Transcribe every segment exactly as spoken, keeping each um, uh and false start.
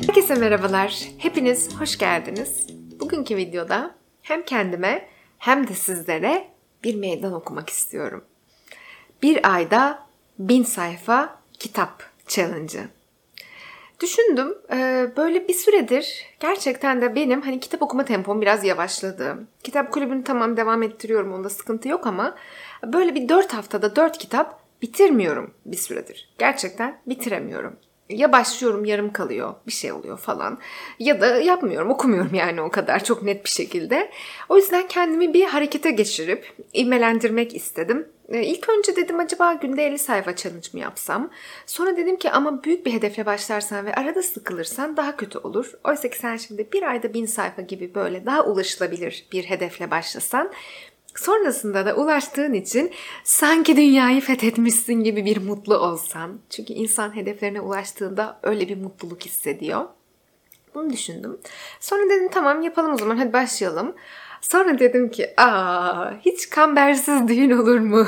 Herkese merhabalar. Hepiniz hoş geldiniz. Bugünkü videoda hem kendime hem de sizlere bir meydan okumak istiyorum. Bir ayda bin sayfa kitap challenge'ı. Düşündüm, böyle bir süredir gerçekten de benim hani kitap okuma tempom biraz yavaşladı. Kitap kulübünü tamam devam ettiriyorum, onda sıkıntı yok ama böyle bir dört haftada dört kitap bitirmiyorum bir süredir. Gerçekten bitiremiyorum. Ya başlıyorum yarım kalıyor, bir şey oluyor falan. Ya da yapmıyorum, okumuyorum yani o kadar çok net bir şekilde. O yüzden kendimi bir harekete geçirip ivmelendirmek istedim. Ee, İlk önce dedim acaba günde elli sayfa challenge mı yapsam? Sonra dedim ki ama büyük bir hedefle başlarsan ve arada sıkılırsan daha kötü olur. Oysa ki sen şimdi bir ayda bin sayfa gibi böyle daha ulaşılabilir bir hedefle başlasan, sonrasında da ulaştığın için sanki dünyayı fethetmişsin gibi bir mutlu olsan. Çünkü insan hedeflerine ulaştığında öyle bir mutluluk hissediyor. Bunu düşündüm. Sonra dedim tamam yapalım o zaman, hadi başlayalım. Sonra dedim ki aa hiç kambersiz düğün olur mu?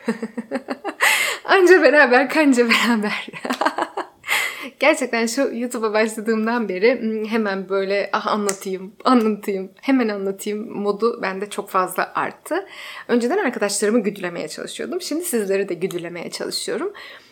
Anca beraber kanca beraber. Gerçekten şu YouTube'a başladığımdan beri hemen böyle ah anlatayım, anlatayım, hemen anlatayım modu bende çok fazla arttı. Önceden arkadaşlarımı güdülemeye çalışıyordum. Şimdi sizleri de güdülemeye çalışıyorum.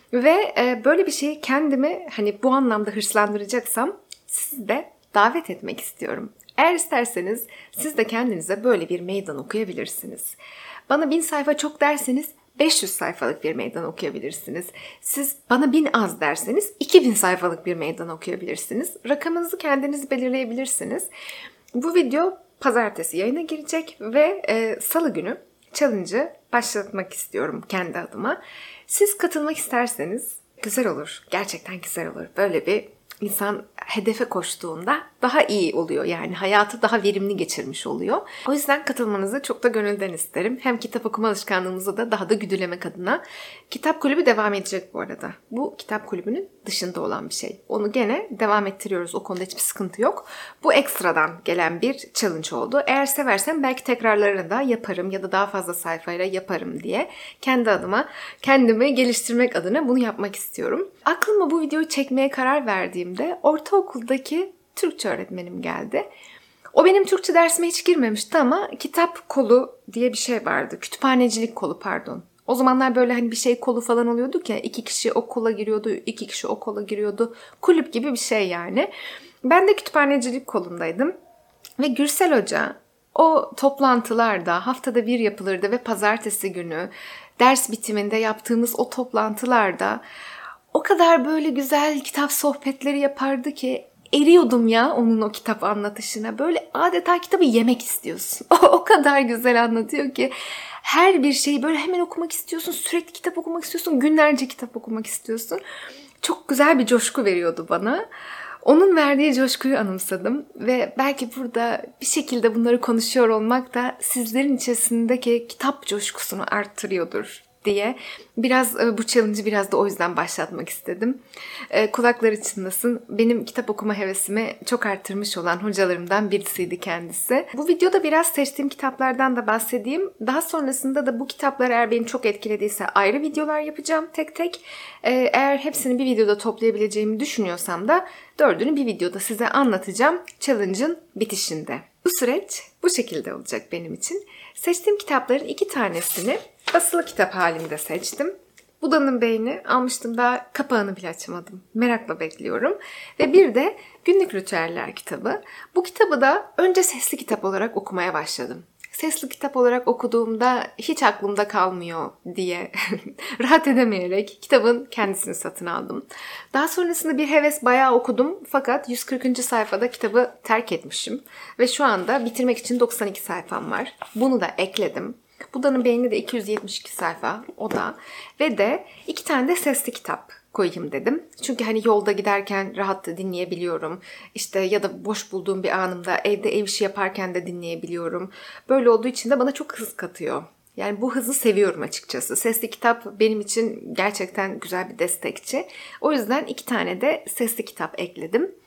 Ve böyle bir şeyi kendimi hani bu anlamda hırslandıracaksam sizi de davet etmek istiyorum. Eğer isterseniz siz de kendinize böyle bir meydan okuyabilirsiniz. Bana bin sayfa çok derseniz beş yüz sayfalık bir meydan okuyabilirsiniz. Siz bana bin az derseniz iki bin sayfalık bir meydan okuyabilirsiniz. Rakamınızı kendiniz belirleyebilirsiniz. Bu video pazartesi yayına girecek ve e, salı günü challenge'ı başlatmak istiyorum kendi adıma. Siz katılmak isterseniz güzel olur. Gerçekten güzel olur. Böyle bir İnsan hedefe koştuğunda daha iyi oluyor. Yani hayatı daha verimli geçirmiş oluyor. O yüzden katılmanızı çok da gönülden isterim. Hem kitap okuma alışkanlığımızı da daha da güdülemek adına. Kitap kulübü devam edecek bu arada. Bu kitap kulübünün dışında olan bir şey. Onu gene devam ettiriyoruz. O konuda hiçbir sıkıntı yok. Bu ekstradan gelen bir challenge oldu. Eğer seversen belki tekrarlarını da yaparım ya da daha fazla sayfayla yaparım diye kendi adıma kendimi geliştirmek adına bunu yapmak istiyorum. Aklıma bu videoyu çekmeye karar verdiğimde ortaokuldaki Türkçe öğretmenim geldi. O benim Türkçe dersime hiç girmemişti ama kitap kolu diye bir şey vardı. Kütüphanecilik kolu pardon. O zamanlar böyle hani bir şey kolu falan oluyorduk ya, iki kişi o kola giriyordu, iki kişi o kola giriyordu. Kulüp gibi bir şey yani. Ben de kütüphanecilik kolundaydım. Ve Gürsel Hoca o toplantılarda haftada bir yapılırdı ve pazartesi günü ders bitiminde yaptığımız o toplantılarda o kadar böyle güzel kitap sohbetleri yapardı ki eriyordum ya onun o kitap anlatışına. Böyle adeta kitabı yemek istiyorsun. O, o kadar güzel anlatıyor ki her bir şeyi böyle hemen okumak istiyorsun. Sürekli kitap okumak istiyorsun. Günlerce kitap okumak istiyorsun. Çok güzel bir coşku veriyordu bana. Onun verdiği coşkuyu anımsadım ve belki burada bir şekilde bunları konuşuyor olmak da sizlerin içerisindeki kitap coşkusunu arttırıyordur diye biraz bu challenge'ı biraz da o yüzden başlatmak istedim. Kulakları çınlasın. Benim kitap okuma hevesimi çok arttırmış olan hocalarımdan birisiydi kendisi. Bu videoda biraz seçtiğim kitaplardan da bahsedeyim. Daha sonrasında da bu kitaplar eğer beni çok etkilediyse ayrı videolar yapacağım tek tek. Eğer hepsini bir videoda toplayabileceğimi düşünüyorsam da dördünü bir videoda size anlatacağım challenge'ın bitişinde. Bu süreç bu şekilde olacak benim için. Seçtiğim kitapların iki tanesini basılı kitap halinde seçtim. Buda'nın Beyni almıştım, daha kapağını bile açamadım. Merakla bekliyorum. Ve bir de Günlük Ritüeller kitabı. Bu kitabı da önce sesli kitap olarak okumaya başladım. Sesli kitap olarak okuduğumda hiç aklımda kalmıyor diye rahat edemeyerek kitabın kendisini satın aldım. Daha sonrasında bir heves bayağı okudum fakat yüz kırkıncı sayfada kitabı terk etmişim. Ve şu anda bitirmek için doksan iki sayfam var. Bunu da ekledim. Buda'nın Beyni de iki yüz yetmiş iki sayfa o da. Ve de iki tane de sesli kitap koyayım dedim. Çünkü hani yolda giderken rahat da dinleyebiliyorum. İşte ya da boş bulduğum bir anımda evde ev işi yaparken de dinleyebiliyorum. Böyle olduğu için de bana çok hız katıyor. Yani bu hızı seviyorum açıkçası. Sesli kitap benim için gerçekten güzel bir destekçi. O yüzden iki tane de sesli kitap ekledim.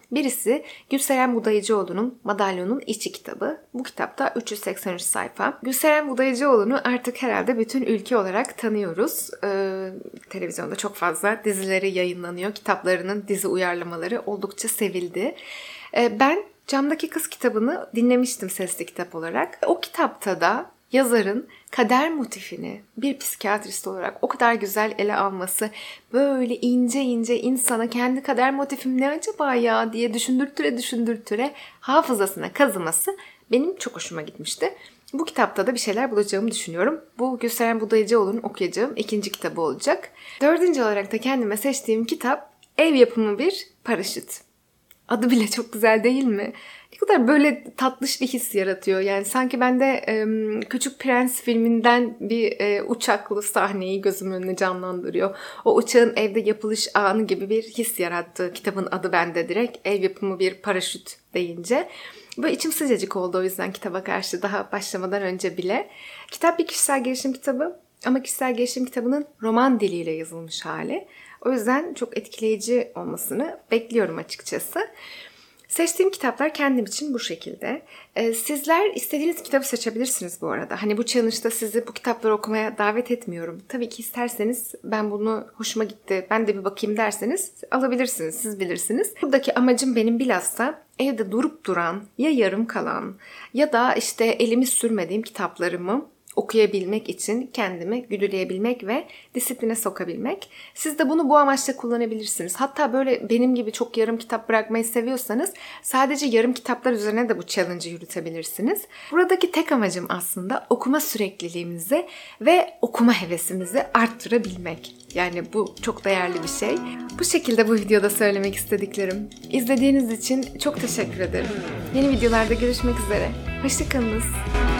Birisi Gülseren Budayıcıoğlu'nun Madalyonun İçi kitabı. Bu kitapta üç yüz seksen üç sayfa. Gülseren Budayıcıoğlu'nu artık herhalde bütün ülke olarak tanıyoruz. Ee, televizyonda çok fazla dizileri yayınlanıyor. Kitaplarının dizi uyarlamaları oldukça sevildi. Ee, ben Camdaki Kız kitabını dinlemiştim sesli kitap olarak. O kitapta da yazarın kader motifini bir psikiyatrist olarak o kadar güzel ele alması, böyle ince ince insana kendi kader motifim ne acaba ya diye düşündürtüre düşündürtüre hafızasına kazıması benim çok hoşuma gitmişti. Bu kitapta da bir şeyler bulacağımı düşünüyorum. Bu Gülseren Budayıcıoğlu'nun okuyacağım ikinci kitabı olacak. Dördüncü olarak da kendime seçtiğim kitap ev yapımı bir paraşüt. Adı bile çok güzel değil mi? Ne kadar böyle tatlış bir his yaratıyor. Yani sanki ben de e, Küçük Prens filminden bir e, uçaklı sahneyi gözümün önüne canlandırıyor. O uçağın evde yapılış anı gibi bir his yarattı. Kitabın adı bende direkt. Ev yapımı bir paraşüt deyince. Böyle içim sıcacık oldu o yüzden kitaba karşı daha başlamadan önce bile. Kitap bir kişisel gelişim kitabı ama kişisel gelişim kitabının roman diliyle yazılmış hali. O yüzden çok etkileyici olmasını bekliyorum açıkçası. Seçtiğim kitaplar kendim için bu şekilde. Ee, sizler istediğiniz kitabı seçebilirsiniz bu arada. Hani bu challenge'da sizi bu kitapları okumaya davet etmiyorum. Tabii ki isterseniz ben bunu hoşuma gitti, ben de bir bakayım derseniz alabilirsiniz, siz bilirsiniz. Buradaki amacım benim bilhassa evde durup duran, ya yarım kalan ya da işte elimi sürmediğim kitaplarımı okuyabilmek için kendimi güdüleyebilmek ve disipline sokabilmek. Siz de bunu bu amaçla kullanabilirsiniz. Hatta böyle benim gibi çok yarım kitap bırakmayı seviyorsanız sadece yarım kitaplar üzerine de bu challenge'ı yürütebilirsiniz. Buradaki tek amacım aslında okuma sürekliliğimizi ve okuma hevesimizi arttırabilmek. Yani bu çok değerli bir şey. Bu şekilde bu videoda söylemek istediklerim. İzlediğiniz için çok teşekkür ederim. Yeni videolarda görüşmek üzere. Hoşça kalınız.